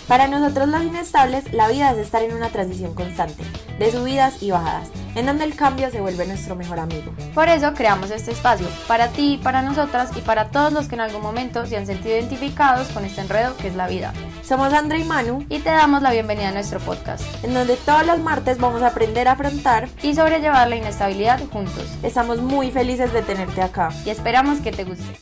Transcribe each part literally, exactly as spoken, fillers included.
Para nosotros los inestables, la vida es estar en una transición constante, de subidas y bajadas, en donde el cambio se vuelve nuestro mejor amigo. Por eso creamos este espacio, para ti, para nosotras y para todos los que en algún momento se han sentido identificados con este enredo que es la vida. Somos Andrea y Manu y te damos la bienvenida a nuestro podcast, en donde todos los martes vamos a aprender a afrontar y sobrellevar la inestabilidad juntos. Estamos muy felices de tenerte acá y esperamos que te guste.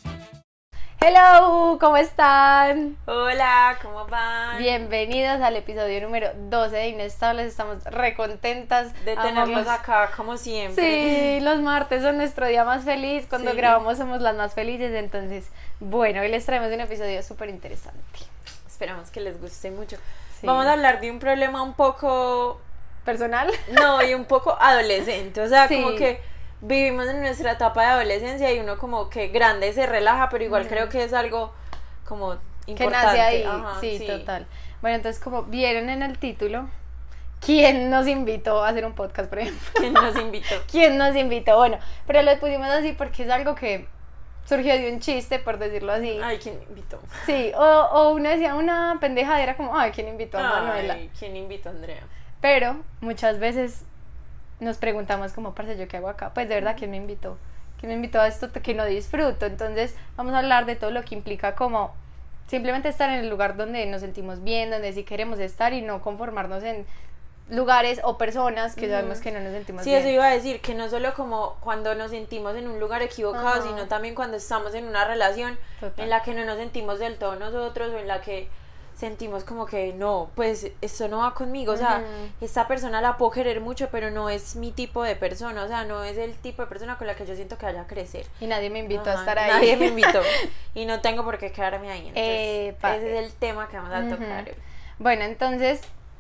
Hello, ¿cómo están? Hola, ¿cómo van? Bienvenidos al episodio número doce de Inestables. Estamos recontentas de tenerlos acá, como siempre. Sí, los martes son nuestro día más feliz. Cuando sí. grabamos somos las más felices. Entonces, bueno, hoy les traemos un episodio súper interesante. Esperamos que les guste mucho. Sí. Vamos a hablar de un problema un poco... ¿personal? No, y un poco adolescente. O sea, sí. como que... vivimos en nuestra etapa de adolescencia y uno como que grande se relaja, pero igual mm. creo que es algo como importante. Que nace ahí, Ajá, sí, sí, total. Bueno, entonces como vieron en el título, ¿quién nos invitó a hacer un podcast, por ejemplo? ¿Quién nos invitó? ¿Quién nos invitó? Bueno, pero lo pusimos así porque es algo que surgió de un chiste, por decirlo así. Ay, ¿quién invitó? Sí, o, o uno decía una pendejadera como, ay, ¿quién invitó a Manuela? Ay, ¿quién invitó a Andrea? Pero muchas veces... nos preguntamos como, parce, ¿yo qué hago acá? Pues de verdad, ¿quién me invitó? ¿Quién me invitó a esto que no disfruto? Entonces vamos a hablar de todo lo que implica como simplemente estar en el lugar donde nos sentimos bien, donde sí queremos estar y no conformarnos en lugares o personas que sabemos que no nos sentimos sí, bien. Sí, eso iba a decir, que no solo como cuando nos sentimos en un lugar equivocado, uh-huh. sino también cuando estamos en una relación Total. En la que no nos sentimos del todo nosotros o en la que sentimos como que no, pues esto no va conmigo, o sea, uh-huh. esta persona la puedo querer mucho, pero no es mi tipo de persona, o sea, no es el tipo de persona con la que yo siento que vaya a crecer. Y nadie me invitó Ajá, a estar ahí. Nadie me invitó, y no tengo por qué quedarme ahí, entonces eh, ese es el tema que vamos a tocar. Uh-huh. Bueno, entonces,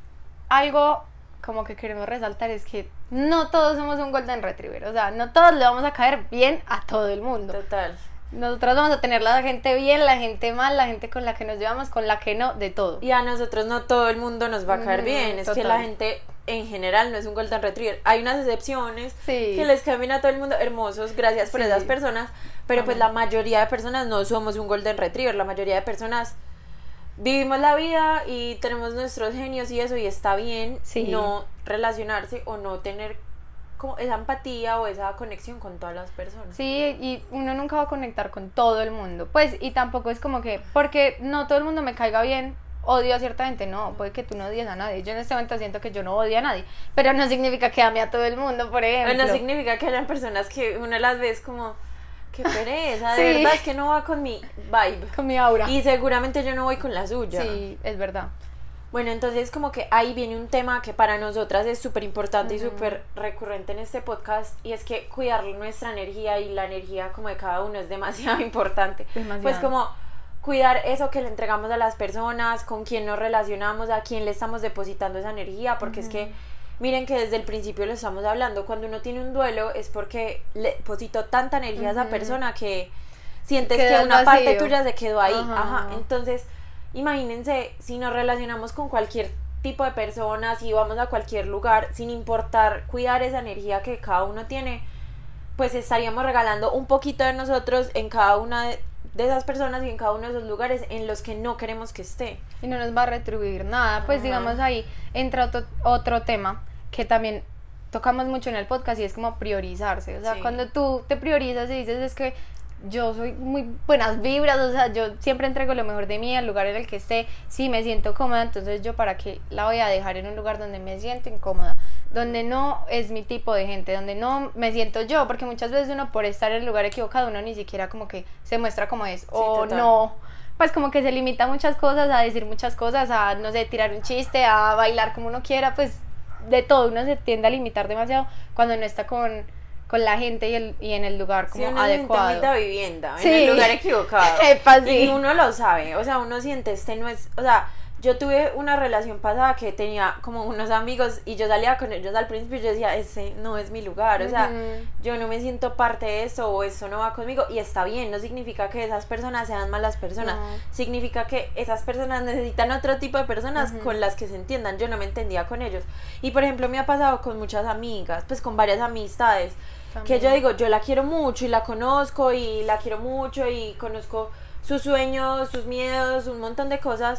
algo como que queremos resaltar es que no todos somos un Golden Retriever, o sea, no todos le vamos a caer bien a todo el mundo. Total. Nosotros vamos a tener la gente bien, la gente mal, la gente con la que nos llevamos, con la que no, de todo. Y a nosotros no todo el mundo nos va a caer mm, bien, es total. Que la gente en general no es un Golden Retriever. Hay unas excepciones sí. que les caen bien a todo el mundo, hermosos, gracias por sí. esas personas, pero Amén. Pues la mayoría de personas no somos un Golden Retriever, la mayoría de personas vivimos la vida y tenemos nuestros genios y eso, y está bien sí. no relacionarse o no tener como esa empatía o esa conexión con todas las personas. Sí, y uno nunca va a conectar con todo el mundo, pues, y tampoco es como que, porque no todo el mundo me caiga bien, odio a cierta gente, no, puede que tú no odies a nadie, yo en este momento siento que yo no odio a nadie, pero no significa que ame a todo el mundo, por ejemplo. No significa que hayan personas que uno las ve como, qué pereza, de sí. verdad es que no va con mi vibe. Con mi aura. Y seguramente yo no voy con la suya. Sí, es verdad. Bueno, entonces como que ahí viene un tema que para nosotras es súper importante uh-huh. y súper recurrente en este podcast, y es que cuidar nuestra energía y la energía como de cada uno es demasiado importante. Demasiado. Pues como cuidar eso que le entregamos a las personas, con quién nos relacionamos, a quién le estamos depositando esa energía, porque uh-huh. es que miren que desde el principio lo estamos hablando, cuando uno tiene un duelo es porque le depositó tanta energía uh-huh. a esa persona que sientes Queda que una vacío. Parte tuya se quedó ahí. Uh-huh. Ajá, entonces imagínense, si nos relacionamos con cualquier tipo de personas, si vamos a cualquier lugar, sin importar cuidar esa energía que cada uno tiene, pues estaríamos regalando un poquito de nosotros en cada una de, de esas personas y en cada uno de esos lugares en los que no queremos que esté. Y no nos va a retribuir nada, pues Ajá. digamos ahí entra otro, otro tema que también tocamos mucho en el podcast y es como priorizarse, o sea, sí. cuando tú te priorizas y dices es que yo soy muy buenas vibras, o sea, yo siempre entrego lo mejor de mí al lugar en el que esté, si me siento cómoda, entonces yo para qué la voy a dejar en un lugar donde me siento incómoda, donde no es mi tipo de gente, donde no me siento yo, porque muchas veces uno por estar en el lugar equivocado, uno ni siquiera como que se muestra como es, sí, o total. No, pues como que se limita a muchas cosas, a decir muchas cosas, a no sé, tirar un chiste, a bailar como uno quiera, pues de todo, uno se tiende a limitar demasiado cuando no está con... con la gente y, el, y en el lugar como sí, uno adecuado. Siente mitad vivienda, sí. en el lugar equivocado. Epa, sí. Y uno lo sabe, o sea, uno siente, este no es, o sea, yo tuve una relación pasada que tenía como unos amigos y yo salía con ellos al principio y yo decía, ese no es mi lugar, o sea, uh-huh. yo no me siento parte de eso o eso no va conmigo, y está bien, no significa que esas personas sean malas personas, no. significa que esas personas necesitan otro tipo de personas uh-huh. con las que se entiendan. Yo no me entendía con ellos, y por ejemplo me ha pasado con muchas amigas, pues con varias amistades, también. Que yo digo, yo la quiero mucho y la conozco y la quiero mucho y conozco sus sueños, sus miedos, un montón de cosas,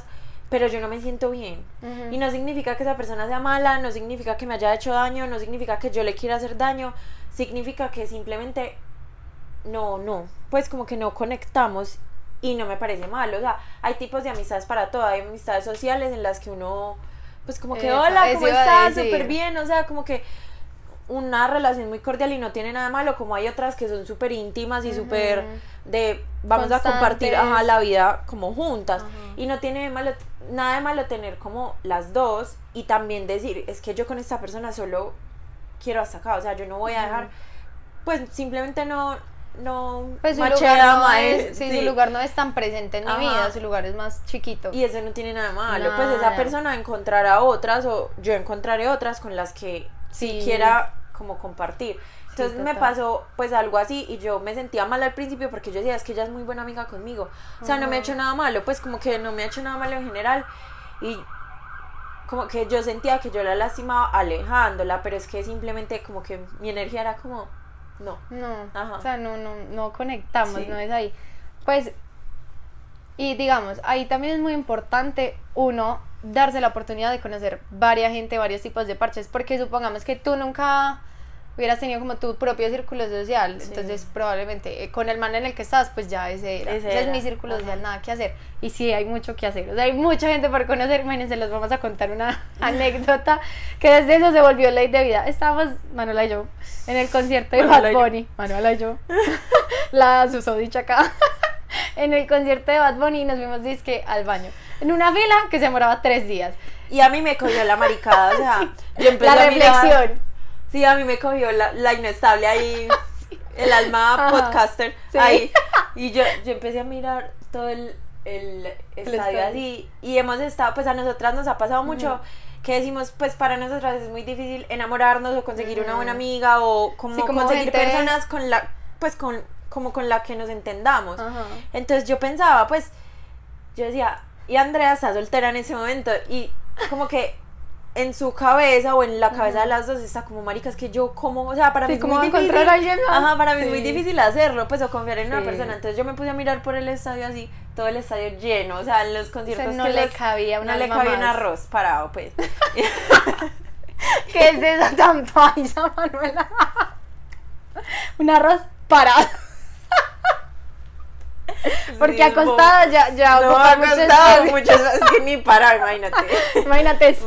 pero yo no me siento bien. Uh-huh. Y no significa que esa persona sea mala, no significa que me haya hecho daño, no significa que yo le quiera hacer daño, significa que simplemente no, no, pues como que no conectamos y no me parece mal. O sea, hay tipos de amistades para todo, hay amistades sociales en las que uno, pues como que, eh, hola, ¿cómo estás? Súper bien, o sea, como que una relación muy cordial y no tiene nada malo, como hay otras que son súper íntimas y uh-huh. súper de vamos Constantes. a compartir ajá, la vida como juntas uh-huh. y no tiene malo, nada de malo tener como las dos y también decir, es que yo con esta persona solo quiero hasta acá, o sea, yo no voy a dejar, uh-huh. pues simplemente no no pues su lugar no es, sí, sí. su lugar no es tan presente en mi ajá. vida, su lugar es más chiquito y eso no tiene nada malo, nada. Pues esa persona encontrará otras o yo encontraré otras con las que sí quiera como compartir. Entonces sí, me pasó pues algo así y yo me sentía mal al principio porque yo decía, es que ella es muy buena amiga conmigo, o sea, uh-huh. no me ha hecho nada malo, pues como que no me ha hecho nada malo en general y como que yo sentía que yo la lastimaba alejándola, pero es que simplemente como que mi energía era como no, no, ajá. o sea, no, no, no conectamos, sí. no es ahí, pues, y digamos, ahí también es muy importante uno darse la oportunidad de conocer varias gente, varios tipos de parches, porque supongamos que tú nunca hubieras tenido como tu propio círculo social, sí. entonces probablemente eh, con el man en el que estás, pues ya ese era, ese, ese era. es mi círculo Ajá. social, nada que hacer, y sí hay mucho que hacer, o sea, hay mucha gente por conocer. Imagínense, les vamos a contar una anécdota que desde eso se volvió ley de vida. Estábamos, Manuela y yo, en el concierto de Bad Bunny, Manuela y yo, la susodicha acá, en el concierto de Bad Bunny, nos fuimos disque al baño, en una fila que se demoraba tres días. Y a mí me cogió la maricada, o sea, sí. yo empecé la a reflexión. Mirar, sí, a mí me cogió la, la inestable ahí, sí. el alma Ajá. podcaster, sí. ahí. Y yo, yo empecé a mirar todo el, el estadio el así. Y hemos estado, pues a nosotras nos ha pasado mucho, uh-huh. que decimos, pues para nosotras es muy difícil enamorarnos o conseguir uh-huh. una buena amiga o como, sí, como conseguir gente... personas con la, pues con, como con la que nos entendamos. Uh-huh. Entonces yo pensaba, pues, yo decía, y Andrea está soltera en ese momento y como que en su cabeza o en la cabeza uh-huh. de las dos está como, marica, es que yo como, o sea, para sí, mí es muy difícil encontrar a alguien más. Ajá, para mí sí. es muy difícil hacerlo, pues, o confiar en sí. una persona. Entonces yo me puse a mirar por el estadio así, todo el estadio lleno, o sea, en los conciertos, o sea, no que le los, cabía una no le cabía un arroz parado, pues. ¿Qué es eso tan paisa, Manuela? Un arroz parado. Porque sí, acostada ya, ya no, acostada muchas veces que ni parar, imagínate. Imagínate.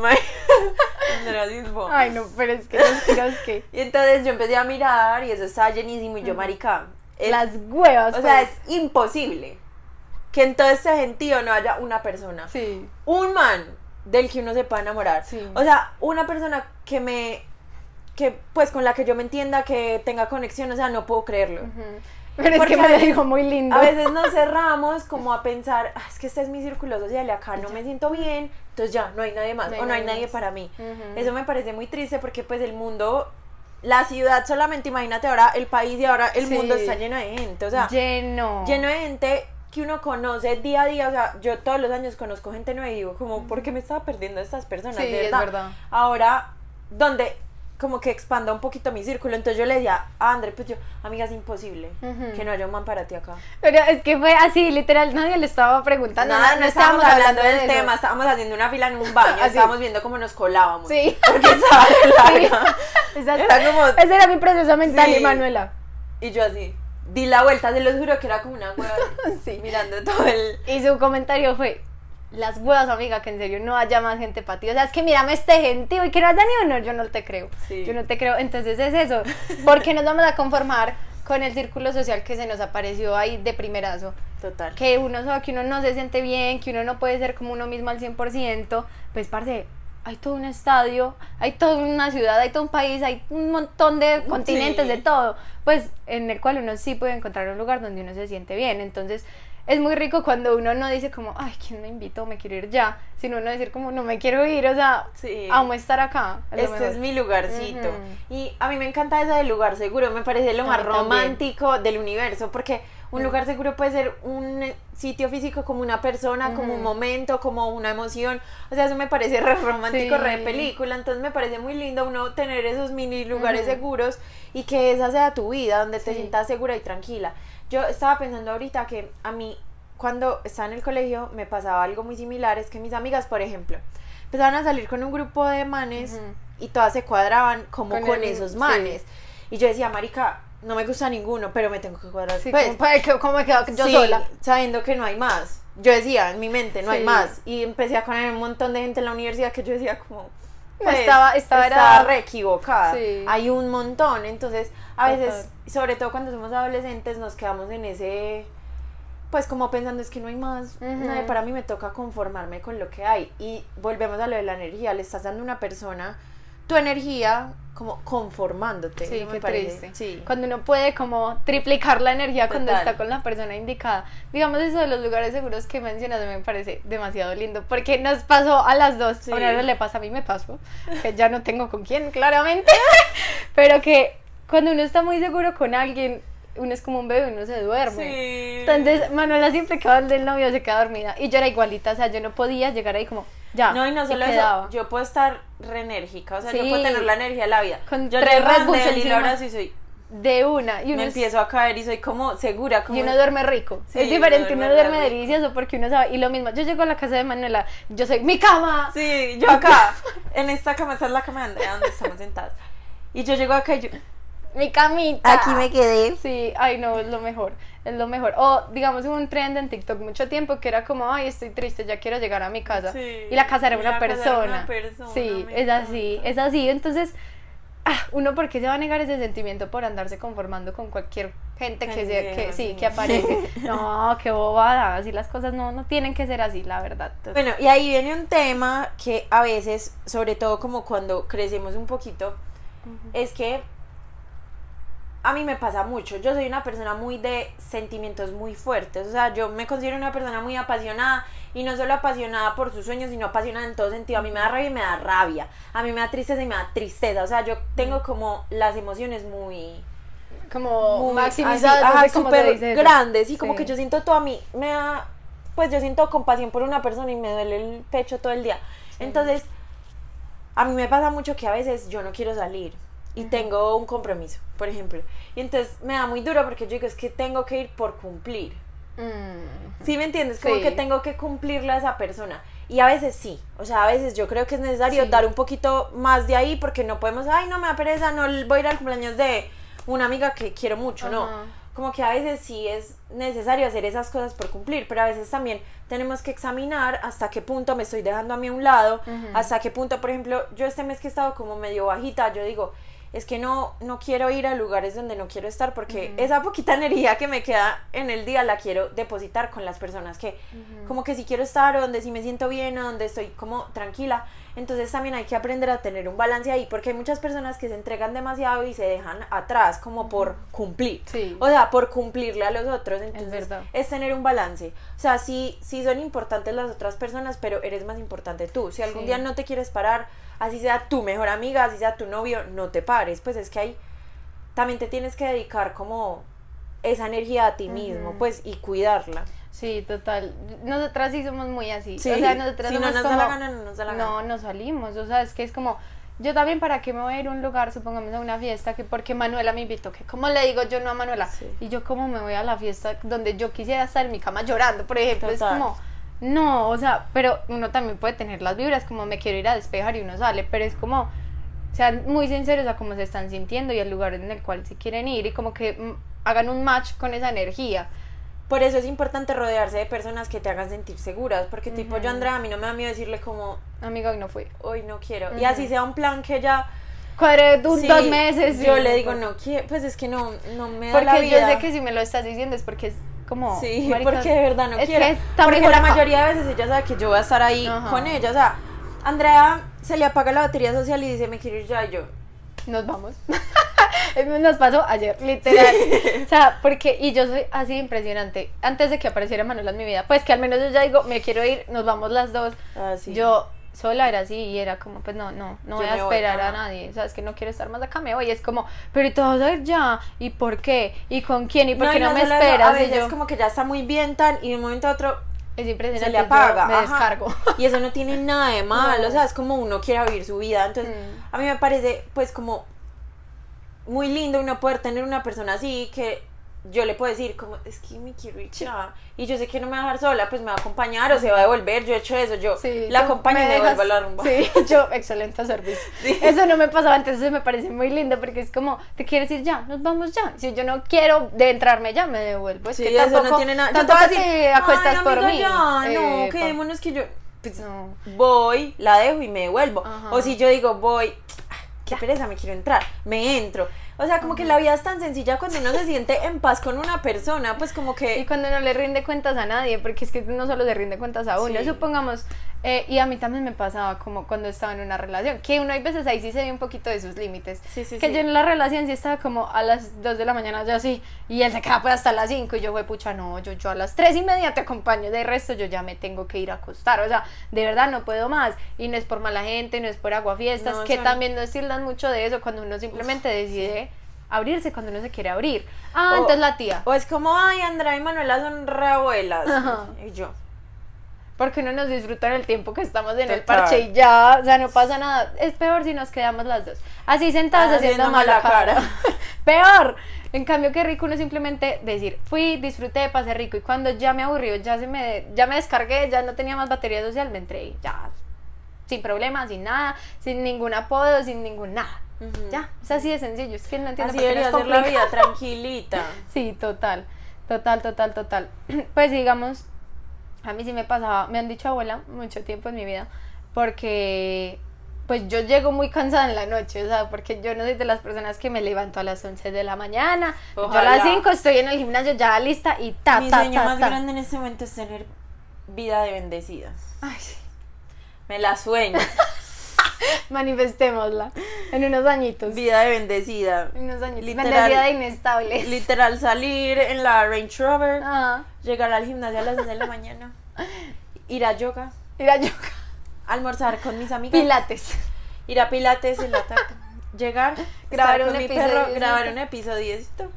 No, Ay, no, pero es que los tiros que. Y entonces yo empecé a mirar y eso estaba llenísimo y yo, marica. Es, las huevas. O pues. sea, es imposible que en todo este gentío no haya una persona. Sí. Un man del que uno se pueda enamorar. Sí. O sea, una persona que me. que pues con la que yo me entienda, que tenga conexión, o sea, no puedo creerlo. Uh-huh. Pero es que me lo dijo muy lindo. A veces nos cerramos como a pensar, ah, es que este es mi círculo social y acá no me siento bien, entonces ya, no hay nadie más, no hay o no hay nadie más. Para mí. Uh-huh. Eso me parece muy triste porque pues el mundo, la ciudad solamente, imagínate ahora el país y ahora el sí. mundo está lleno de gente, o sea, lleno. Lleno de gente que uno conoce día a día, o sea, yo todos los años conozco gente nueva y digo, como, ¿por qué me estaba perdiendo de estas personas? Sí, de verdad. es verdad. Ahora, donde... como que expanda un poquito mi círculo, entonces yo le decía a André, pues yo, amiga, es imposible uh-huh. que no haya un man para ti acá. Pero es que fue así, literal, nadie le estaba preguntando, nada, no, no estábamos, estábamos hablando, hablando del de tema, estábamos haciendo una fila en un baño, estábamos viendo cómo nos colábamos, sí. porque estaba larga, sí. Era como, ese era mi proceso mental, sí. y Manuela. Y yo así, di la vuelta, se los juro que era como una hueva, sí. mirando todo el... Y su comentario fue... las huevas, amiga, que en serio no haya más gente para ti, o sea, es que mírame este gentío y que no haya ni uno, yo no te creo, sí. yo no te creo, entonces es eso, porque nos vamos a conformar con el círculo social que se nos apareció ahí de primerazo, total, que uno sabe que uno no se siente bien, que uno no puede ser como uno mismo al cien por ciento, pues parce, hay todo un estadio, hay toda una ciudad, hay todo un país, hay un montón de continentes, sí. de todo, pues en el cual uno sí puede encontrar un lugar donde uno se siente bien, entonces es muy rico cuando uno no dice como, ay, ¿quién me invitó? Me quiero ir ya, sino uno decir como, no me quiero ir, o sea, sí. amo estar acá. Es este es mi lugarcito. Uh-huh. Y a mí me encanta eso del lugar seguro, me parece lo a más romántico también. Del universo, porque un uh-huh. lugar seguro puede ser un sitio físico como una persona, uh-huh. como un momento, como una emoción, o sea, eso me parece re romántico, sí. re película, entonces me parece muy lindo uno tener esos mini lugares uh-huh. seguros y que esa sea tu vida, donde sí. te sientas segura y tranquila. Yo estaba pensando ahorita que a mí cuando estaba en el colegio me pasaba algo muy similar, es que mis amigas, por ejemplo, empezaban a salir con un grupo de manes uh-huh. y todas se cuadraban como con, con el, esos manes. Sí. Y yo decía, marica, no me gusta ninguno, pero me tengo que cuadrar. Sí, pues, como, como me quedo yo sí, sola. Sabiendo que no hay más. Yo decía, en mi mente, no sí. hay más. Y empecé a conocer un montón de gente en la universidad que yo decía como... Pues, estaba, estaba, estaba era... re equivocada. Sí. Hay un montón. Entonces, a Total. veces, sobre todo cuando somos adolescentes, nos quedamos en ese... Pues como pensando, es que no hay más. Uh-huh. No, para mí me toca conformarme con lo que hay. Y volvemos a lo de la energía. Le estás dando a una persona tu energía como conformándote. Sí, ¿no? qué parece. triste. Sí. Cuando uno puede como triplicar la energía Total. Cuando está con la persona indicada. Digamos, eso de los lugares seguros que mencionas me parece demasiado lindo, porque nos pasó a las dos. Sí. Ahora le pasa, a mí me pasó, que ya no tengo con quién, claramente, pero que cuando uno está muy seguro con alguien, uno es como un bebé, uno se duerme. Sí. Entonces Manuela siempre que va del novio se queda dormida, y yo era igualita, o sea, yo no podía llegar ahí como ya. No, y no solo y eso, yo puedo estar re enérgica, o sea, sí. yo puedo tener la energía de la vida. Con yo tres Red Bulls y ahora sí soy de una, y uno me es, empiezo a caer y soy como segura, como y uno duerme rico. Sí, es diferente, uno duerme, uno duerme delicioso porque uno sabe. Y lo mismo, yo llego a la casa de Manuela, yo soy mi cama. Sí, yo acá, en esta cama, esta es la cama de Andrea donde estamos sentados. Y yo llego acá y yo, mi camita. Aquí me quedé. Sí, ay no, es lo mejor, es lo mejor. O digamos un trend en TikTok mucho tiempo que era como, ay, estoy triste, ya quiero llegar a mi casa. Sí, y la casa era una la persona. Casa era una persona. Sí, es así, es así. Entonces, ah, uno por qué se va a negar ese sentimiento por andarse conformando con cualquier gente que, se, que sí, que aparece. No, qué bobada, así las cosas no, no tienen que ser así, la verdad. Entonces, bueno, y ahí viene un tema que a veces, sobre todo como cuando crecemos un poquito, uh-huh. es que a mí me pasa mucho, yo soy una persona muy de sentimientos muy fuertes, o sea, yo me considero una persona muy apasionada, y no solo apasionada por sus sueños, sino apasionada en todo sentido. A mí me da rabia y me da rabia, a mí me da tristeza y me da tristeza, o sea, yo tengo como las emociones muy... como muy maximizadas, así, no ajá, sé cómo súper se dice eso. grandes, y como Sí. que yo siento todo a mí, me da, pues yo siento compasión por una persona y me duele el pecho todo el día, sí. Entonces, a mí me pasa mucho que a veces yo no quiero salir, y uh-huh. tengo un compromiso, por ejemplo, y entonces me da muy duro porque yo digo, es que tengo que ir por cumplir. Uh-huh. ¿Sí me entiendes? Como sí. que tengo que cumplirle a esa persona, y a veces sí, o sea, a veces yo creo que es necesario sí. dar un poquito más de ahí, porque no podemos, ay, no me da pereza, no voy a ir al cumpleaños de una amiga que quiero mucho, uh-huh. no, como que a veces sí es necesario hacer esas cosas por cumplir, pero a veces también tenemos que examinar hasta qué punto me estoy dejando a mí a un lado, uh-huh. hasta qué punto, por ejemplo, yo este mes que he estado como medio bajita, yo digo, es que no, no quiero ir a lugares donde no quiero estar, porque uh-huh. esa poquita energía que me queda en el día la quiero depositar con las personas que uh-huh. como que si quiero estar, o donde sí me siento bien, o donde estoy como tranquila. Entonces también hay que aprender a tener un balance ahí, porque hay muchas personas que se entregan demasiado y se dejan atrás como uh-huh. por cumplir, sí. o sea, por cumplirle a los otros. Entonces es, es tener un balance, o sea, sí, sí son importantes las otras personas, pero eres más importante tú. Si algún sí. día no te quieres parar, así sea tu mejor amiga, así sea tu novio, no te pares, pues es que ahí también te tienes que dedicar como esa energía a ti uh-huh. mismo, pues, y cuidarla. Sí, total. Nosotras sí somos muy así. Sí. O sea, nosotras si somos no nos como, da la gana, no nos da la gana. No, no salimos. O sea, es que es como, yo también, ¿para qué me voy a ir a un lugar, supongamos a una fiesta, que porque Manuela me invitó, que como le digo yo no a Manuela, sí. y yo como me voy a la fiesta donde yo quisiera estar en mi cama llorando, por ejemplo, total. Es como, no, o sea, pero uno también puede tener las vibras, como me quiero ir a despejar y uno sale, pero es como, sean muy sinceros a cómo se están sintiendo y al lugar en el cual se quieren ir, y como que m- hagan un match con esa energía. Por eso es importante rodearse de personas que te hagan sentir seguras, porque uh-huh. tipo yo, Andrea, a mí no me da miedo decirle como, amiga, hoy no fui, hoy no quiero, uh-huh. y así sea un plan que ya cuadre sí, dos meses, yo sí, le digo no quiero, pues es que no, no me da porque la vida, yo sé que si me lo estás diciendo es porque es como, sí, marica, porque de verdad no es quiero, que está porque mejor la acá. mayoría de veces ella sabe que yo voy a estar ahí uh-huh. con ella, o sea, Andrea se le apaga la batería social y dice me quiero ir ya, y yo nos vamos. Nos pasó ayer, literal. Sí. O sea, porque, y yo soy así impresionante. Antes de que apareciera Manuela en mi vida, pues que al menos yo ya digo, me quiero ir, nos vamos las dos. Ah, sí. Yo sola era así y era como, pues no, no, no voy a esperar voy, a nadie. O sea, es que no quiero estar más acá, me voy. Y es como, pero ¿y todo a ir ya? ¿Y por qué? ¿Y con quién? ¿Y por no, qué y no, no me esperas? esperas? A veces yo, es como que ya está muy bien tan, y de un momento a otro es impresionante, se le apaga, me ajá. descargo. Y eso no tiene nada de mal, no. O sea, es como uno quiera vivir su vida. Entonces, mm. a mí me parece, pues, como muy lindo uno poder tener una persona así, que yo le puedo decir como, es que me quiero ir ya, y yo sé que no me va a dejar sola, pues me va a acompañar o se va a devolver, yo he hecho eso, yo sí, la acompaño y me devuelvo a la rumba. Sí, yo, excelente servicio. Sí. Eso no me pasaba antes, eso me parece muy lindo, porque es como, ¿te quieres ir ya? Nos vamos ya. Si yo no quiero de entrarme ya, me devuelvo. Es sí, que eso tampoco, no tiene nada. Tampoco te, te acuestas ay, por amiga, mí. Ya, eh, no, quedémonos que yo, pues, no. voy, la dejo y me devuelvo. Ajá. O si yo digo, voy, qué pereza, me quiero entrar, me entro. O sea, como que la vida es tan sencilla cuando uno se siente en paz con una persona, pues como que... Y cuando no le rinde cuentas a nadie, porque es que no solo le rinde cuentas a uno, sí. Supongamos, eh, y a mí también me pasaba como cuando estaba en una relación, que uno hay veces ahí sí se ve un poquito de sus límites, sí, sí, que sí. yo en la relación sí estaba como a las dos de la mañana ya así, y él se quedaba pues hasta las cinco, y yo fue pucha, no, yo, yo a las tres y media te acompaño, de resto yo ya me tengo que ir a acostar, o sea, de verdad no puedo más, y no es por mala gente, no es por aguafiestas, no, que son... también nos tildan mucho de eso, cuando uno simplemente Uf, decide... Sí. abrirse cuando uno se quiere abrir. Ah, o, entonces la tía. O es como, ay, Andrea y Manuela son re abuelas. Ajá. Y yo. Porque no nos disfrutan el tiempo que estamos en Total. El parche y ya, o sea, no pasa nada. Es peor si nos quedamos las dos. Así sentadas ah, haciendo mala cara. cara. Peor. En cambio, qué rico uno simplemente decir, fui, disfruté, pasé rico. Y cuando ya me aburrió, ya se me, ya me descargué, ya no tenía más batería social, me entré y ya. Sin problemas, sin nada, sin ningún apodo, sin ningún nada. Uh-huh. Ya, es así de sencillo, es que no entiendo así por qué debería ser la vida tranquilita. Sí, total, total, total, total. Pues digamos, a mí sí me pasaba, me han dicho abuela mucho tiempo en mi vida, porque pues yo llego muy cansada en la noche, o sea, porque yo no soy de las personas que me levanto a las once de la mañana. Ojalá. Yo a las cinco estoy en el gimnasio ya lista y ta, mi ta, sueño ta, más ta. grande en este momento es tener vida de bendecida. Ay, sí. Me la sueño. Manifestémosla en unos añitos. Vida de bendecida. En unos añitos. Literal, bendecida de inestables. Literal, salir en la Range Rover, Ajá. llegar al gimnasio a las seis de la mañana, ir a yoga, ir a yoga, almorzar con mis amigas, pilates, ir a pilates en la tarde, llegar, grabar con un mi episodio, perro, grabar un episodio,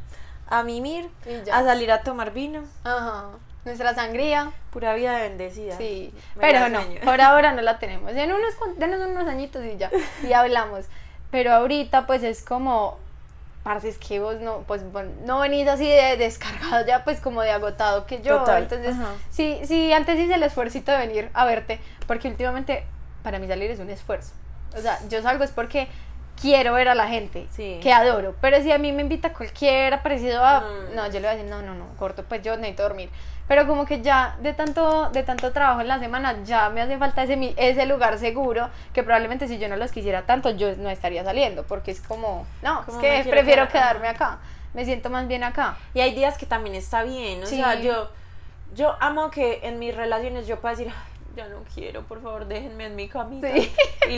a mimir, a salir a tomar vino. Ajá. Nuestra sangría. Pura vida bendecida. Sí, pero no, por ahora no la tenemos. En unos, denos unos añitos y ya, y hablamos. Pero ahorita pues es como, parce, es que vos no, pues no venís así de descargado ya, pues como de agotado que yo. Total. Entonces, Ajá. sí, sí, antes hice el esfuercito de venir a verte, porque últimamente para mí salir es un esfuerzo. O sea, yo salgo es porque quiero ver a la gente, sí. que adoro. Pero si a mí me invita cualquiera parecido a... Mm. No, yo le voy a decir, no, no, no, corto, pues yo necesito dormir. Pero como que ya de tanto de tanto trabajo en la semana ya me hace falta ese, ese lugar seguro, que probablemente si yo no los quisiera tanto yo no estaría saliendo, porque es como, no, como es que prefiero quedar, quedarme acá, me siento más bien acá. Y hay días que también está bien, o sí. sea, yo, yo amo que en mis relaciones yo pueda decir, ya no quiero, por favor déjenme en mi camita. Sí.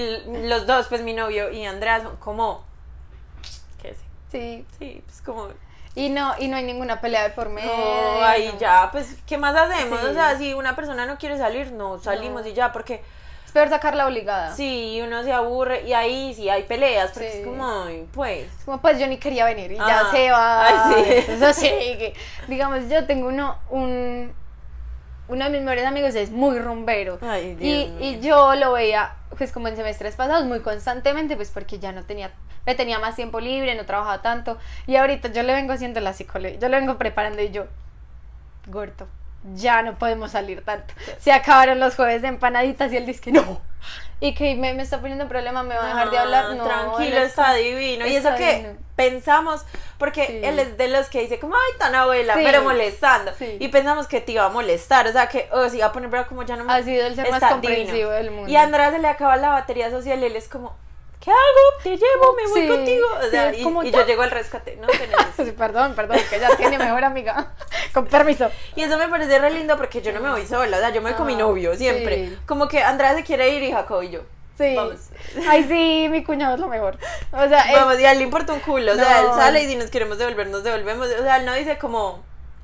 Y los dos, pues mi novio y Andrea son como, ¿qué sé? Sí. Sí, pues como... Y no, y no hay ninguna pelea de por medio. No, ahí no. Ya, pues, ¿qué más hacemos? Sí. O sea, si una persona no quiere salir, no salimos no. y ya, porque... Es peor sacarla obligada. Sí, uno se aburre y ahí sí hay peleas, porque sí. es como, pues... Es como, pues yo ni quería venir y ah. ya se va. Ay, sí. Eso sí, que, digamos, yo tengo uno, un... Uno de mis mejores amigos es muy rumbero. Ay, Dios y, mío. y yo lo veía, pues como en semestres pasados, muy constantemente, pues porque ya no tenía... Me tenía más tiempo libre, no trabajaba tanto. Y ahorita yo le vengo haciendo la psicología, yo le vengo preparando y yo, gordo, ya no podemos salir tanto. Se acabaron los jueves de empanaditas y él dice que no. Y que me, me está poniendo un problema, me va a dejar no, de hablar. No, tranquilo, está, está divino. Y eso está que divino. Pensamos, porque Sí. él es de los que dice como, ay, tan abuela, Sí. pero molestando. Sí. Y pensamos que te iba a molestar, o sea, que o se iba a poner bravo como ya no me... Ha sido el ser más está comprensivo divino. del mundo. Y a Andrea se le acaba la batería social y él es como, ¿qué hago? Te llevo, me voy Sí, contigo. O sea, sí, y, como y ya. yo llego al rescate, no te necesito. Sí, perdón, perdón, que ella tiene mejor amiga. Con permiso. Y eso me parece re lindo porque yo no me voy sola, o sea, yo me voy con mi Ah, novio siempre. sí. Como que Andrea se quiere ir y Jacob y yo. Sí. Vamos. Ay, sí, mi cuñado es lo mejor. O sea, él- Vamos, y a él le importa un culo, o sea, No. él sale y si nos queremos devolver, nos devolvemos. O sea, él no dice como,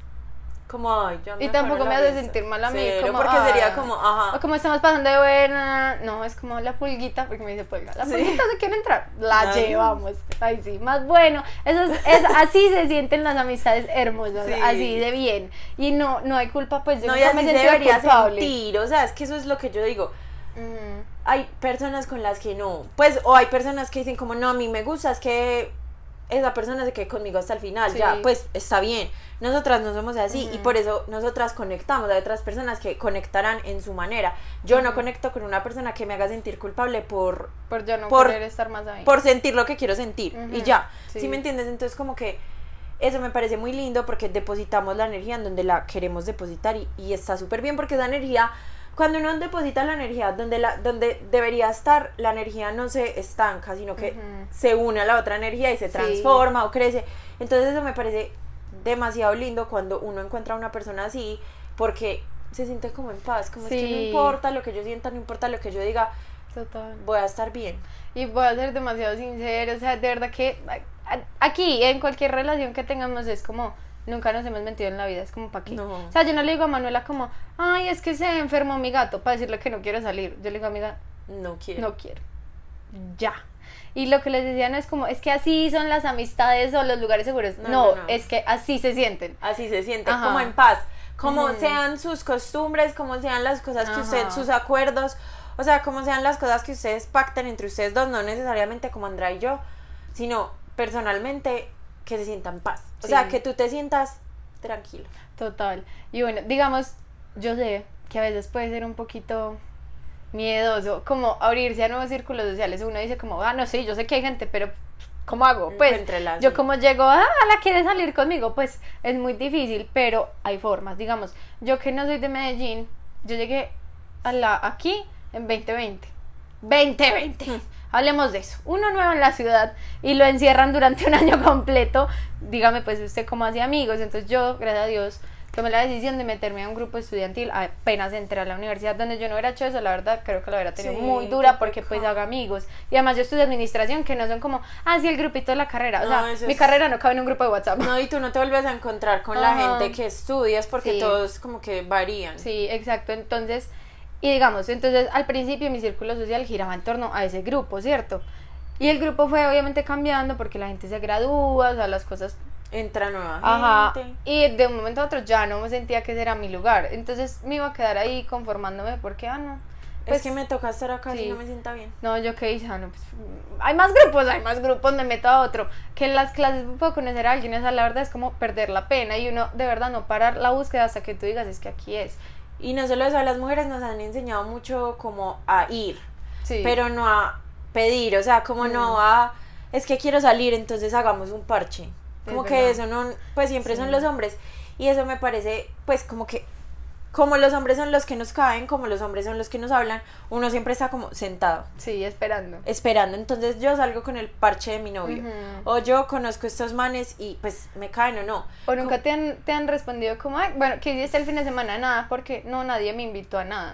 como, ay, ya me y tampoco agarró me la hace risa. sentir mal a mí. Cero, Como, porque ah, sería como, ajá. O como estamos pasando de buena. No, es como la pulguita, porque me dice pulga. La Sí. pulguita se quiere entrar. La Ay. llevamos. Ay, sí, más bueno. Eso es, es así se sienten las amistades hermosas, Sí. así de bien. Y no, no hay culpa, pues yo No, y nunca así me se sentí debería culpable. sentir, o sea, es que eso es lo que yo digo. Mm. Hay personas con las que no, pues, o hay personas que dicen como, no, a mí me gusta, es que esa persona se quede conmigo hasta el final, sí. ya, pues está bien. Nosotras no somos así uh-huh. y por eso nosotras conectamos. Hay otras personas que conectarán en su manera. Yo uh-huh. no conecto con una persona que me haga sentir culpable por... Por yo no por, querer estar más ahí. Por sentir lo que quiero sentir uh-huh. y ya, sí. ¿sí me entiendes? Entonces como que eso me parece muy lindo porque depositamos la energía en donde la queremos depositar y, y está súper bien porque esa energía... Cuando uno deposita la energía donde, la, donde debería estar, la energía no se estanca, sino que uh-huh. se une a la otra energía y se transforma sí. o crece. Entonces eso me parece demasiado lindo cuando uno encuentra a una persona así, porque se siente como en paz, como sí. es que no importa lo que yo sienta, no importa lo que yo diga, total. Voy a estar bien. Y voy a ser demasiado sincero, o sea, de verdad que aquí, en cualquier relación que tengamos, es como... Nunca nos hemos mentido en la vida, es como para qué. No. O sea, yo no le digo a Manuela como, ay, es que se enfermó mi gato, para decirle que no quiero salir. Yo le digo a amiga, no quiero. No quiero. Ya. Y lo que les decía no es como, es que así son las amistades o los lugares seguros. No, no, no. Es que así se sienten. Así se sienten, Ajá. como en paz. Como uh-huh. sean sus costumbres, como sean las cosas que Ajá. usted, sus acuerdos, o sea, como sean las cosas que ustedes pactan entre ustedes dos, no necesariamente como Andrea y yo, sino personalmente que se sientan paz. O sí. sea, que tú te sientas tranquilo. Total. Y bueno, digamos, yo sé que a veces puede ser un poquito miedoso como abrirse a nuevos círculos sociales. Uno dice como, ah, no sé, yo sé que hay gente, pero ¿cómo hago? Pues yo como llego, ah, la quiere salir conmigo, pues es muy difícil, pero hay formas. Digamos, yo que no soy de Medellín, yo llegué a la aquí en veinte veinte. veinte veinte. Hmm. Hablemos de eso. Uno nuevo en la ciudad y lo encierran durante un año completo. Dígame, pues, usted cómo hace amigos. Entonces yo, gracias a Dios, tomé la decisión de meterme a un grupo estudiantil apenas entré a la universidad, donde yo no hubiera hecho eso, la verdad, creo que lo hubiera tenido sí, muy dura porque pues hago amigos. Y además yo estudio administración, que no son como, ah, sí, el grupito de la carrera. O no, sea, mi es... carrera no cabe en un grupo de WhatsApp. No, y tú no te vuelves a encontrar con uh-huh. la gente que estudias porque sí. todos como que varían. Sí, exacto. Entonces... Y digamos, entonces al principio mi círculo social giraba en torno a ese grupo, ¿cierto? Y el grupo fue obviamente cambiando porque la gente se gradúa, o sea, las cosas... Entra nueva Ajá, gente. Y de un momento a otro ya no me sentía que ese era mi lugar. Entonces me iba a quedar ahí conformándome porque, ah, no. Pues, es que me toca estar acá sí. y no me sienta bien. No, yo qué hice, ah, no, pues, hay más grupos, hay más grupos, me meto a otro. Que en las clases puedo conocer a alguien, esa la verdad es como perder la pena y uno de verdad no parar la búsqueda hasta que tú digas, es que aquí es. Y no solo eso, a las mujeres nos han enseñado mucho como a ir, sí. pero no a pedir, o sea, como mm. no a, es que quiero salir, entonces hagamos un parche. Como es que verdad. Eso no, pues siempre sí. son los hombres. Y eso me parece, pues como que, como los hombres son los que nos caen, como los hombres son los que nos hablan, uno siempre está como sentado. Sí, esperando. Esperando, entonces yo salgo con el parche de mi novio. Uh-huh. O yo conozco estos manes y pues me caen o no. O nunca como, te, han, te han respondido como, ay, bueno, ¿qué hiciste el fin de semana? Nada, porque no, nadie me invitó a nada.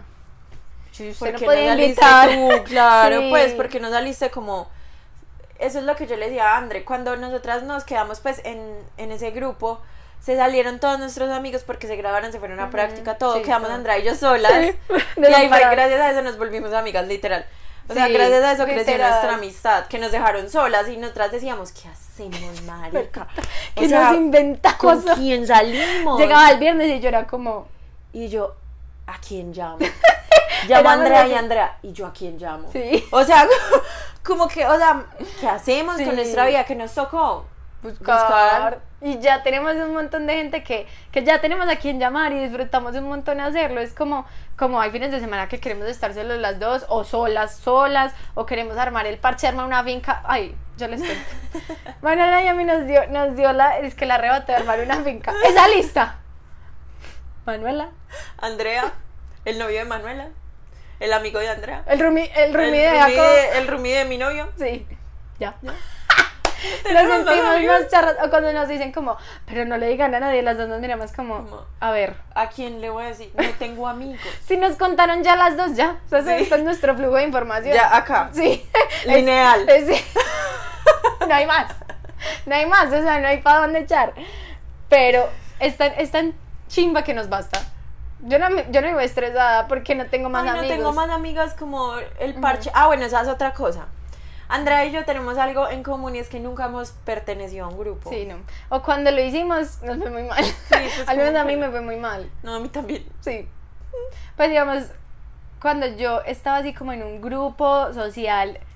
Sí, usted no podía no invitar. Tú, claro, sí. Pues porque no saliste como... Eso es lo que yo le decía a André, cuando nosotras nos quedamos pues en, en ese grupo, se salieron todos nuestros amigos porque se graduaron, se fueron a uh-huh. práctica, todo, sí, quedamos todo. Andrea y yo solas, sí. y ahí fue, gracias a eso nos volvimos amigas, literal. O sí, sea, gracias a eso literal. Creció nuestra amistad, que nos dejaron solas y nosotras decíamos, ¿qué hacemos, marica? ¿Qué nos inventamos? ¿Con quién salimos? Llegaba el viernes y yo era como... Y yo, ¿a quién llamo? Llamo a Andrea y Andrea, ¿y yo a quién llamo? Sí. O sea, como que, o sea, ¿qué hacemos sí. con nuestra vida? ¿Qué nos tocó? Buscar. Buscar. Y ya tenemos un montón de gente que, que ya tenemos a quien llamar y disfrutamos un montón hacerlo. Es como, como hay fines de semana que queremos estar solos las dos, o solas, solas, o queremos armar el parche, armar una finca. Ay, yo les cuento. Manuela y a mí nos dio, nos dio la, es que la arrebato de armar una finca. Esa lista. Manuela. Andrea, el novio de Manuela. El amigo de Andrea. El roomie, el roomie de Jacob. De, el roomie de mi novio. Sí, ya. ¿Ya? Nos sentimos más charras. O cuando nos dicen como, pero no le digan a nadie, las dos nos miramos como, como, a ver. ¿A quién le voy a decir? No tengo amigos. Si nos contaron ya las dos, ya. O sea, sí. Esto es nuestro flujo de información. Ya, acá. Sí. Lineal. Es, es, sí. No hay más. No hay más, o sea, no hay para dónde echar. Pero es tan, es tan chimba que nos basta. Yo no, yo no vivo estresada porque no tengo más Ay, amigos. No tengo más amigas como el parche. Uh-huh. Ah, bueno, esa es otra cosa. Andrea y yo tenemos algo en común y es que nunca hemos pertenecido a un grupo. Sí, no. O cuando lo hicimos nos fue muy mal. Sí, pues al menos a mí me fue muy mal. No, a mí también. Sí. Pues digamos, cuando yo estaba así como en un grupo social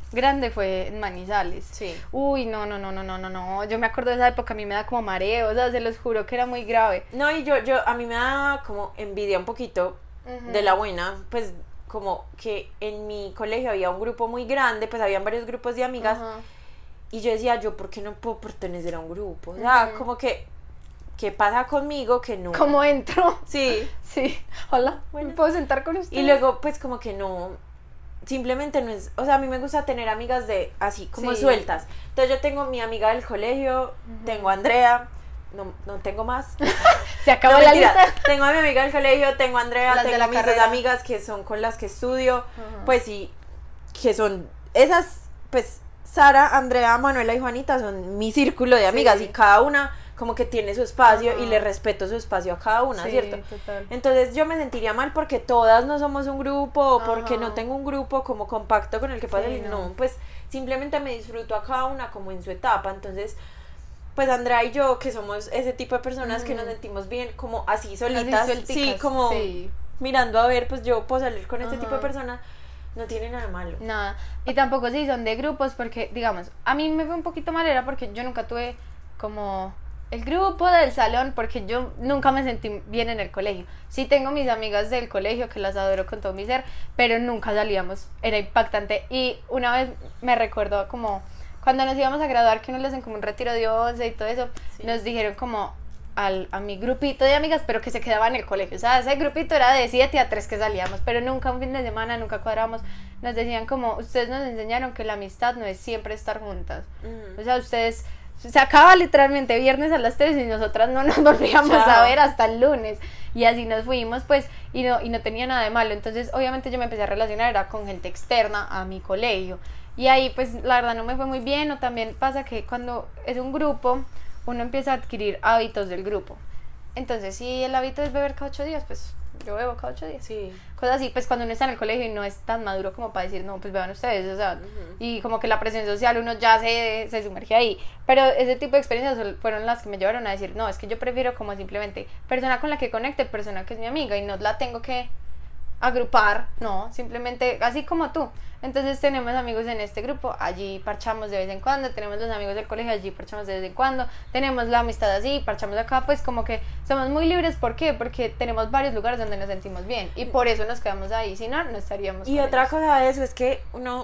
grande fue en Manizales. Sí. Uy, no, no, no, no, no, no, no. Yo me acuerdo de esa época, a mí me da como mareo, o sea, se los juro que era muy grave. No, y yo, yo, a mí me da como envidia un poquito uh-huh. de la buena, pues como que en mi colegio había un grupo muy grande, pues habían varios grupos de amigas, uh-huh. y yo decía, yo, ¿por qué no puedo pertenecer a un grupo? O sea, uh-huh. como que, ¿qué pasa conmigo que no? ¿Cómo entro? Sí. Sí, hola, bueno. ¿Me puedo sentar con ustedes? Y luego, pues como que no, simplemente no es, o sea, a mí me gusta tener amigas de, así, como sí. sueltas. Entonces yo tengo mi amiga del colegio, uh-huh. tengo a Andrea, no, no tengo más. Se acabó no, la mentira. lista. Tengo a mi amiga del colegio, tengo a Andrea, las tengo a mis carrera. dos amigas que son con las que estudio, uh-huh. pues sí, que son esas, pues Sara, Andrea, Manuela y Juanita son mi círculo de amigas sí. y cada una como que tiene su espacio uh-huh. y le respeto su espacio a cada una, sí, ¿cierto? Total. Entonces yo me sentiría mal porque todas no somos un grupo o porque uh-huh. no tengo un grupo como compacto con el que pueda salir, sí, no. no, pues simplemente me disfruto a cada una como en su etapa, entonces pues Andrea y yo que somos ese tipo de personas uh-huh. que nos sentimos bien como así solitas, así sí, como sí. mirando a ver, pues yo puedo salir con uh-huh. este tipo de personas, no tiene nada malo. Nada, y tampoco si son de grupos porque, digamos, a mí me fue un poquito mal era porque yo nunca tuve como el grupo del salón porque yo nunca me sentí bien en el colegio. Sí tengo mis amigas del colegio que las adoro con todo mi ser, pero nunca salíamos, era impactante. Y una vez me recuerdo como cuando nos íbamos a graduar que nos le hacen como un retiro de once y todo eso, sí. nos dijeron como al, a mi grupito de amigas, pero que se quedaba en el colegio, o sea, ese grupito era de siete a tres que salíamos, pero nunca un fin de semana, nunca cuadrábamos. Nos decían como, ustedes nos enseñaron que la amistad no es siempre estar juntas, uh-huh. o sea, ustedes... Se acaba literalmente viernes a las tres y nosotras no nos volvíamos Chao. a ver hasta el lunes. Y así nos fuimos, pues, y no, y no tenía nada de malo. Entonces, obviamente yo me empecé a relacionar era con gente externa a mi colegio. Y ahí, pues, la verdad no me fue muy bien. O también pasa que cuando es un grupo, uno empieza a adquirir hábitos del grupo. Entonces, si el hábito es beber cada ocho días, pues, yo bebo cada ocho días. Sí. Cosas así, pues cuando uno está en el colegio y no es tan maduro como para decir, no, pues beban ustedes, o sea, uh-huh. y como que la presión social uno ya se, se sumerge ahí, pero ese tipo de experiencias fueron las que me llevaron a decir, no, es que yo prefiero como simplemente persona con la que conecte, persona que es mi amiga y no la tengo que agrupar, no, simplemente así como tú. Entonces tenemos amigos en este grupo, allí parchamos de vez en cuando, tenemos los amigos del colegio, allí parchamos de vez en cuando, tenemos la amistad así, parchamos acá, pues como que somos muy libres. ¿Por qué? Porque tenemos varios lugares donde nos sentimos bien y por eso nos quedamos ahí, si no, no estaríamos y otra ellos. Cosa de eso es que uno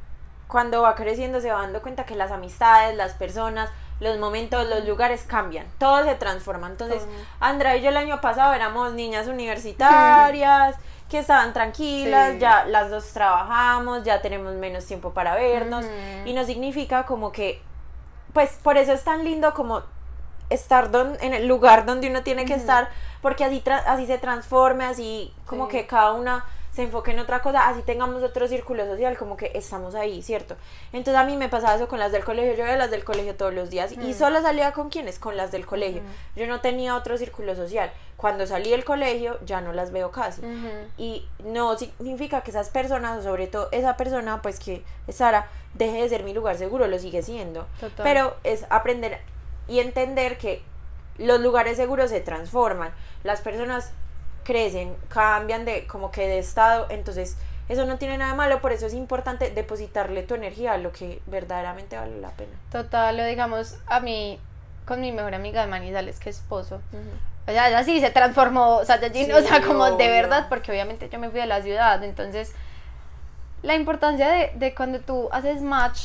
cuando va creciendo se va dando cuenta que las amistades, las personas, los momentos, los lugares cambian, todo se transforma. Entonces, uh-huh. Andrea y yo el año pasado éramos niñas universitarias que estaban tranquilas, sí. ya las dos trabajamos, ya tenemos menos tiempo para vernos, uh-huh. y no significa como que, pues por eso es tan lindo como estar don, en el lugar donde uno tiene que uh-huh. estar, porque así, tra- así se transforme, así como sí. que cada una se enfoque en otra cosa, así tengamos otro círculo social, como que estamos ahí, ¿cierto? Entonces a mí me pasaba eso con las del colegio, yo veía las del colegio todos los días, uh-huh. y solo salía con ¿quiénes? Con las del colegio, uh-huh. yo no tenía otro círculo social. Cuando salí del colegio ya no las veo casi, uh-huh. y no significa que esas personas, o sobre todo esa persona, pues que es Sara, deje de ser mi lugar seguro, lo sigue siendo. Total. Pero es aprender y entender que los lugares seguros se transforman, las personas crecen, cambian de como que de estado, entonces eso no tiene nada malo, por eso es importante depositarle tu energía a lo que verdaderamente vale la pena. Total, lo digamos a mí con mi mejor amiga de Manizales, que es esposo, uh-huh. o sea, ella sí se transformó, o sea, sí, o sea, como obvio. De verdad, porque obviamente yo me fui de la ciudad, entonces la importancia de, de cuando tú haces match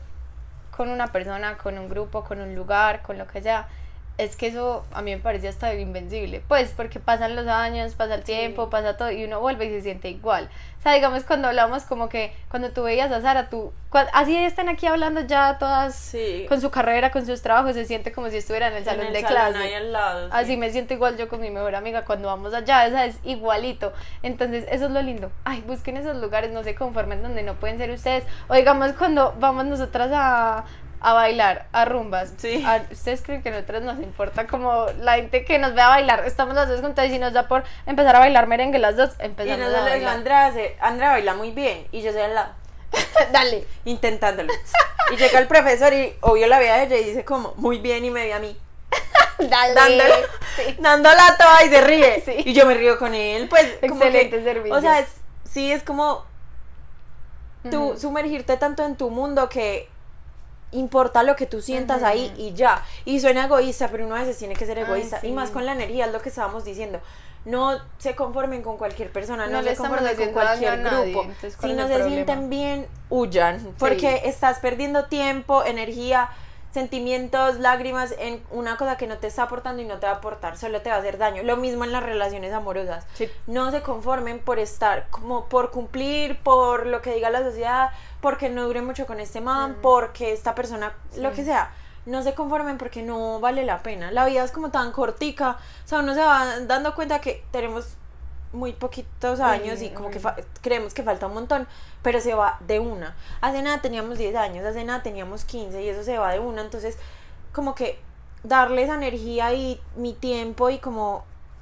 con una persona, con un grupo, con un lugar, con lo que sea, es que eso a mí me parece hasta invencible, pues porque pasan los años, pasa el tiempo, sí. pasa todo y uno vuelve y se siente igual. O sea, digamos cuando hablamos como que cuando tú veías a Sara, tú, cuando, así están aquí hablando ya todas sí. con su carrera, con sus trabajos, se siente como si estuviera en el salón en el de salón clase. Ahí al lado, sí. Así me siento igual yo con mi mejor amiga cuando vamos allá, o sea, es igualito. Entonces eso es lo lindo. Ay, busquen esos lugares, no se conformen donde no pueden ser ustedes. O digamos cuando vamos nosotras a a bailar, a rumbas, sí. a, ¿ustedes creen que a nosotros nos importa como la gente que nos vea bailar? Estamos las dos juntas y si nos da por empezar a bailar merengue las dos, empezamos y no a bailar. Y Andrea, Andrea baila muy bien y yo soy al lado dale, intentándolo y llega el profesor y obvio la ve a ella y dice como, muy bien, y me ve a mí dale, dándole, sí. dándola toda y se ríe, sí. y yo me río con él, pues como excelente que, servicio. O sea, es, sí, es como tú uh-huh. sumergirte tanto en tu mundo que importa lo que tú sientas uh-huh. ahí y ya. Y suena egoísta, pero uno a veces tiene que ser egoísta. Ay, sí. Y más con la energía, es lo que estábamos diciendo. No se conformen con cualquier persona, no, no se conformen con cualquier grupo. Nadie, si no se problema? sienten bien, huyan, porque sí. estás perdiendo tiempo, energía, sentimientos, lágrimas en una cosa que no te está aportando y no te va a aportar, solo te va a hacer daño. Lo mismo en las relaciones amorosas. Sí. No se conformen por estar, como por cumplir, por lo que diga la sociedad, porque no dure mucho con este man, mm. porque esta persona, sí. lo que sea. No se conformen porque no vale la pena. La vida es como tan cortica. O sea, uno se va dando cuenta que tenemos muy poquitos años uy, y como uy. que fa- creemos que falta un montón, pero se va de una. Hace nada teníamos diez años, hace nada teníamos quince y eso se va de una. Entonces, como que darle esa energía y mi tiempo y como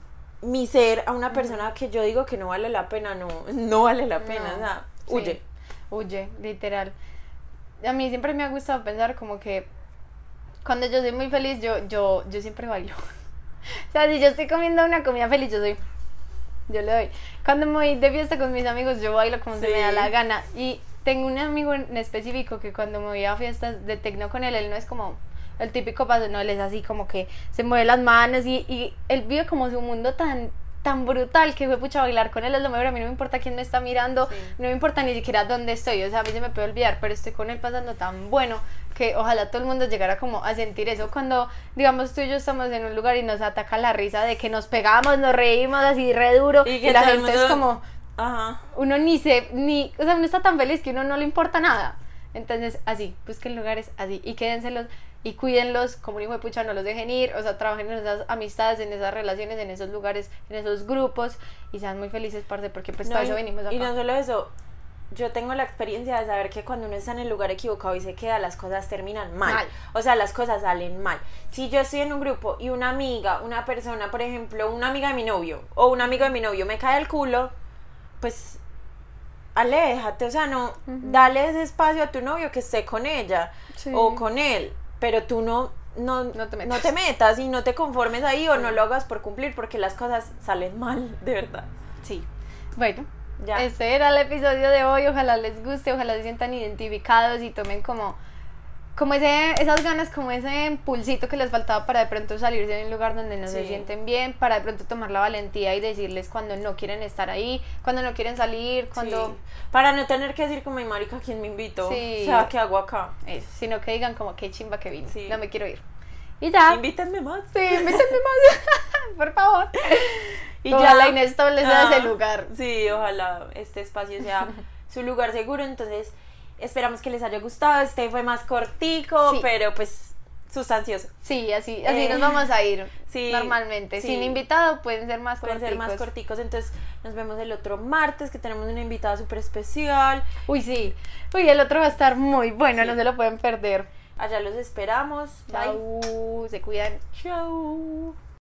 mi ser a una persona uh-huh. que yo digo que no vale la pena, no, no vale la pena. No. O sea, huye. Sí. Huye, literal. A mí siempre me ha gustado pensar como que cuando yo soy muy feliz, yo, yo, yo siempre bailo. O sea, si yo estoy comiendo una comida feliz, yo soy... Yo le doy. Cuando me voy de fiesta con mis amigos, yo bailo como sí. se me da la gana. Y tengo un amigo en específico que cuando me voy a fiestas de tecno con él, él no es como el típico paso, no, él es así como que se mueve las manos y, y él vive como su mundo tan... tan brutal que fue pucha bailar con él es lo mejor. A mí no me importa quién me está mirando, sí. no me importa ni siquiera dónde estoy, o sea, a mí se me puede olvidar, pero estoy con él pasando tan bueno que ojalá todo el mundo llegara como a sentir eso cuando, digamos, tú y yo estamos en un lugar y nos ataca la risa de que nos pegamos, nos reímos así re duro y, y la gente mundo... es como, ajá. uno ni se, ni, o sea, uno está tan feliz que uno no le importa nada. Entonces, así, busquen lugares así y quédenselos y cuídenlos, como un hijo de pucha, no los dejen ir, o sea, trabajen en esas amistades, en esas relaciones, en esos lugares, en esos grupos y sean muy felices, parce, porque pues no, para eso venimos acá. Y no solo eso, yo tengo la experiencia de saber que cuando uno está en el lugar equivocado y se queda, las cosas terminan mal, mal. O sea, las cosas salen mal. Si yo estoy en un grupo y una amiga, una persona, por ejemplo, una amiga de mi novio o un amigo de mi novio me cae el culo, pues... aléjate, o sea, no, uh-huh. dale ese espacio a tu novio que esté con ella sí. o con él, pero tú no, no, no, te no te metas y no te conformes ahí sí. o no lo hagas por cumplir porque las cosas salen mal, de verdad. Sí, bueno, ya. Este era el episodio de hoy, ojalá les guste, ojalá se sientan identificados y tomen como... como ese, esas ganas, como ese impulsito que les faltaba para de pronto salirse de un lugar donde no sí. se sienten bien, para de pronto tomar la valentía y decirles cuando no quieren estar ahí, cuando no quieren salir, cuando... Sí. Para no tener que decir como, marica, ¿quién me invitó? Sí. O sea, ¿qué hago acá? Eso, sino que digan como, qué chimba que vine, sí. no me quiero ir. Y ya. Invítenme más. Sí, invítenme más, por favor. Y ojalá ya. Inestable sea ah, ese lugar. Sí, ojalá este espacio sea su lugar seguro, entonces... Esperamos que les haya gustado, este fue más cortico, sí. pero pues sustancioso. Sí, así, así eh, nos vamos a ir sí, normalmente. Sí. Sin invitado pueden ser más pueden corticos. ser más corticos, entonces nos vemos el otro martes que tenemos una invitada súper especial. Uy, sí, uy, el otro va a estar muy bueno, sí. no se lo pueden perder. Allá los esperamos. Chau, se cuidan. Chau.